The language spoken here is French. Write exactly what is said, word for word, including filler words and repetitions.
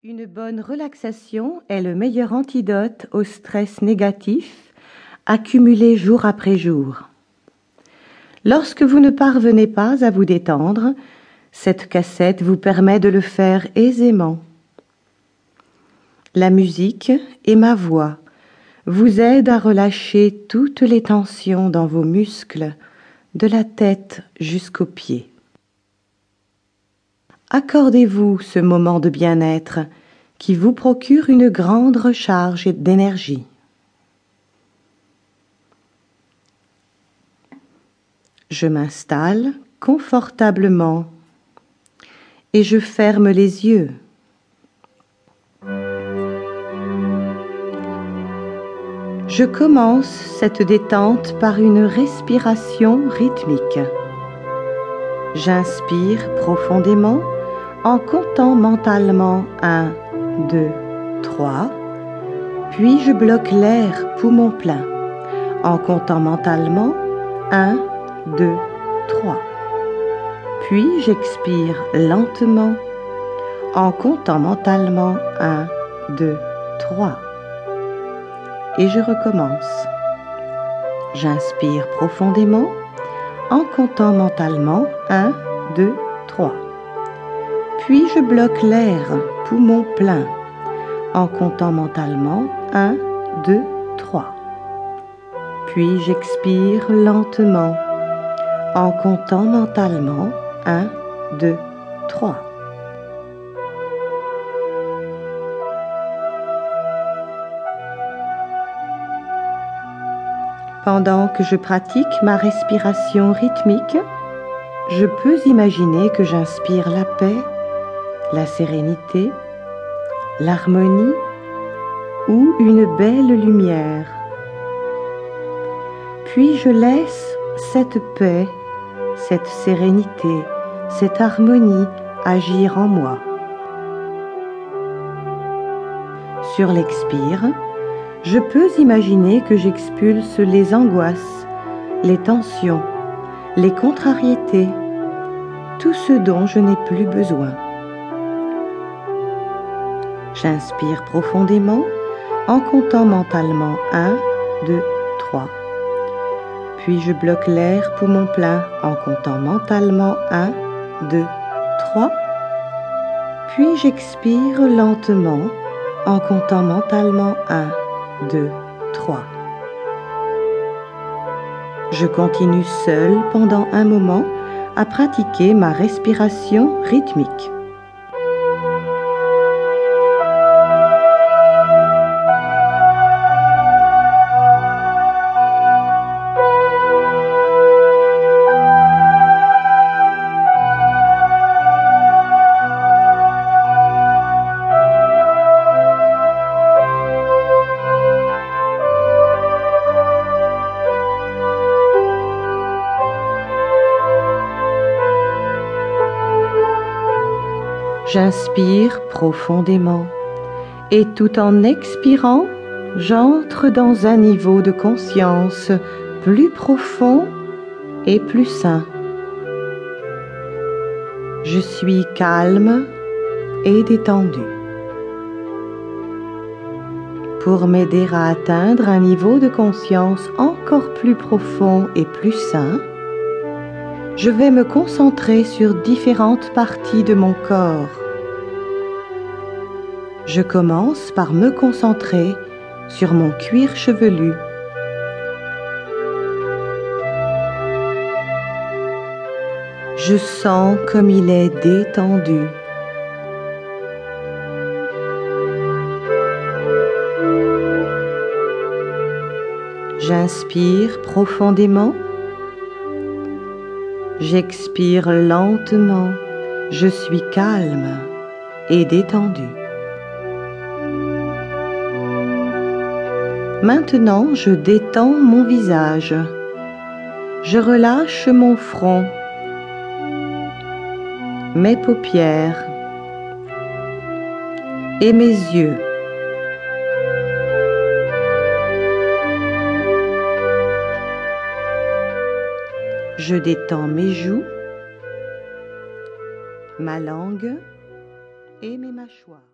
Une bonne relaxation est le meilleur antidote au stress négatif accumulé jour après jour. Lorsque vous ne parvenez pas à vous détendre, cette cassette vous permet de le faire aisément. La musique et ma voix vous aident à relâcher toutes les tensions dans vos muscles, de la tête jusqu'aux pieds. Accordez-vous ce moment de bien-être qui vous procure une grande recharge d'énergie. Je m'installe confortablement et je ferme les yeux. Je commence cette détente par une respiration rythmique. J'inspire profondément en comptant mentalement un, deux, trois, puis je bloque l'air poumon plein en comptant mentalement un, deux, trois. Puis j'expire lentement en comptant mentalement un, deux, trois. Et je recommence. J'inspire profondément en comptant mentalement un, deux, trois. Puis je bloque l'air, poumon plein, en comptant mentalement un, deux, trois. Puis j'expire lentement, en comptant mentalement un, deux, trois. Pendant que je pratique ma respiration rythmique, je peux imaginer que j'inspire la paix, la sérénité, l'harmonie ou une belle lumière. Puis je laisse cette paix, cette sérénité, cette harmonie agir en moi. Sur l'expire, je peux imaginer que j'expulse les angoisses, les tensions, les contrariétés, tout ce dont je n'ai plus besoin. J'inspire profondément en comptant mentalement un, deux, trois. Puis je bloque l'air poumon plein en comptant mentalement un, deux, trois. Puis j'expire lentement en comptant mentalement un, deux, trois. Je continue seul pendant un moment à pratiquer ma respiration rythmique. J'inspire profondément et tout en expirant, j'entre dans un niveau de conscience plus profond et plus sain. Je suis calme et détendu. Pour m'aider à atteindre un niveau de conscience encore plus profond et plus sain, je vais me concentrer sur différentes parties de mon corps. Je commence par me concentrer sur mon cuir chevelu. Je sens comme il est détendu. J'inspire profondément. J'expire lentement. Je suis calme et détendu. Maintenant, je détends mon visage. Je relâche mon front, mes paupières et mes yeux. Je détends mes joues, ma langue et mes mâchoires.